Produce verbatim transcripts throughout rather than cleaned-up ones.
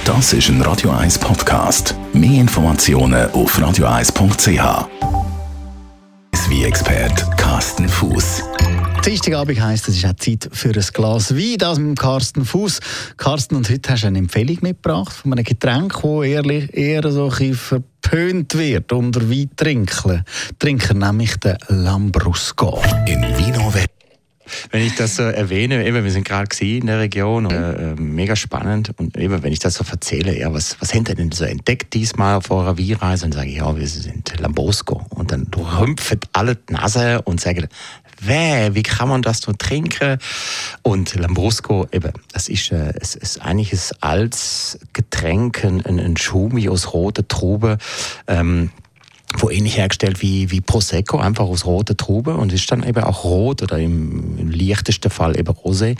Das ist ein Radio eins Podcast. Mehr Informationen auf radio eins punkt c h. Wie Expert Carsten Fuß. Dienstagabend heisst, es ist auch Zeit für ein Glas Wein, das mit Carsten Fuß. Carsten, und heute hast du eine Empfehlung mitgebracht von einem Getränk, das eher, eher so ein bisschen verpönt wird unter Weintrinker. Trinker, nämlich den Lambrusco. In Vino Verde. Wenn ich das so erwähne, eben, wir sind gerade in der Region, äh, mega spannend. Und eben, wenn ich das so erzähle, ja, was, was habt ihr denn so entdeckt diesmal auf eurer Weinreise? Und sage ich, ja, wir sind Lambrusco. Und dann rümpfen alle die Nase und sagen, Wäh, wie kann man das nur trinken? Und Lambrusco, eben, das ist, äh, es ist eigentlich ein altes Getränk, ein, ein Schumi aus roter Traube, ähm, wo ähnlich hergestellt wie, wie Prosecco, einfach aus roter Traube, und ist dann eben auch rot oder im, im leichtesten Fall eben rosé.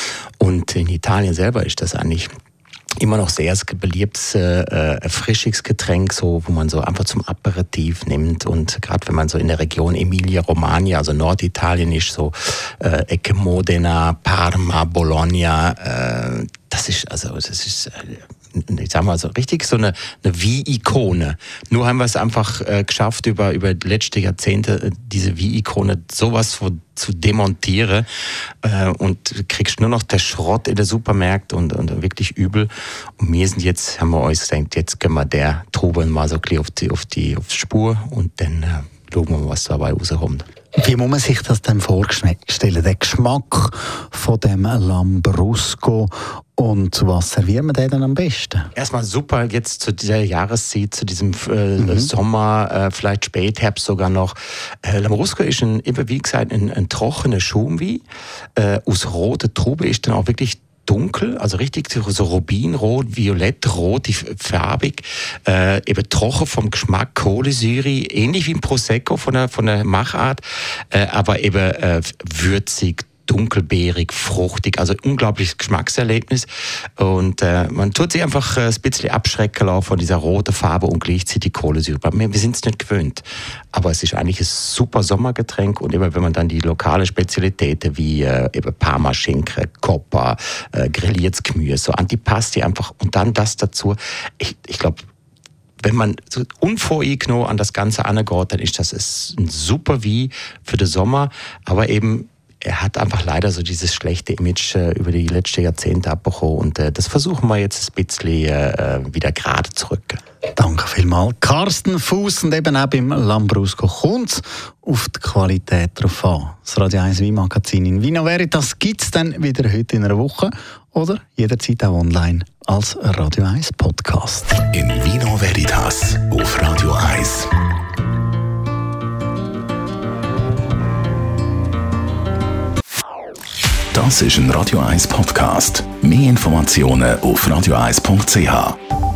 Und in Italien selber ist das eigentlich immer noch sehr beliebtes äh, Erfrischungsgetränk, so, wo man so einfach zum Aperitif nimmt. Und gerade wenn man so in der Region Emilia-Romagna, also Norditalien ist, so äh, Ecke Modena, Parma, Bologna, äh, das ist, also das ist, ich sag mal so richtig so eine, eine Wein-Ikone. Nur haben wir es einfach äh, geschafft, über, über die letzten Jahrzehnte diese Wein-Ikone sowas von zu demontieren, äh, und kriegst nur noch der Schrott in der Supermärkte und, und wirklich übel. Und wir sind jetzt, haben wir uns gedacht, jetzt gehen wir der Traube mal so ein bisschen auf die, auf die, auf die Spur und dann äh, schauen wir mal, was dabei rauskommt. Wie muss man sich das denn vorstellen, der Geschmack von dem Lambrusco, und was servieren wir denn dann am besten? Erstmal super, jetzt zu dieser Jahreszeit, zu diesem äh, mhm. Sommer, äh, vielleicht Spätherbst sogar noch. Äh, Lambrusco ist, ein, wie gesagt, ein, ein trockener Schumwein. Äh, aus roter Traube ist dann auch wirklich dunkel, also richtig so rubinrot, violett-rot, die farbig, äh, eben trocken vom Geschmack, Kohlensäure, ähnlich wie ein Prosecco von der, von der Machart, äh, aber eben äh, würzig, dunkelbeerig, fruchtig, also unglaubliches Geschmackserlebnis. Und äh, man tut sich einfach ein bisschen abschrecken lassen von dieser roten Farbe und gleichzeitig Kohlensäure. Wir, wir sind es nicht gewöhnt. Aber es ist eigentlich ein super Sommergetränk, und immer wenn man dann die lokalen Spezialitäten wie äh, eben Parmaschinken, Coppa, äh, grilliertes Gemüse, so Antipasti einfach, und dann das dazu. Ich, ich glaube, wenn man so unvoreingenommen an das Ganze angeht, dann ist das ein super Wein für den Sommer, aber eben er hat einfach leider so dieses schlechte Image äh, über die letzten Jahrzehnte abbekommen, und äh, das versuchen wir jetzt ein bisschen äh, wieder gerade zu rücken. Danke vielmals. Carsten Fuß, und eben auch beim Lambrusco kommt auf die Qualität drauf an. Das Radio eins Weinmagazin in Vino Veritas gibt es dann wieder heute in einer Woche oder jederzeit auch online als Radio eins Podcast. In Vino Veritas auf Radio eins. Das ist ein Radio eins Podcast. Mehr Informationen auf radio eins punkt c h.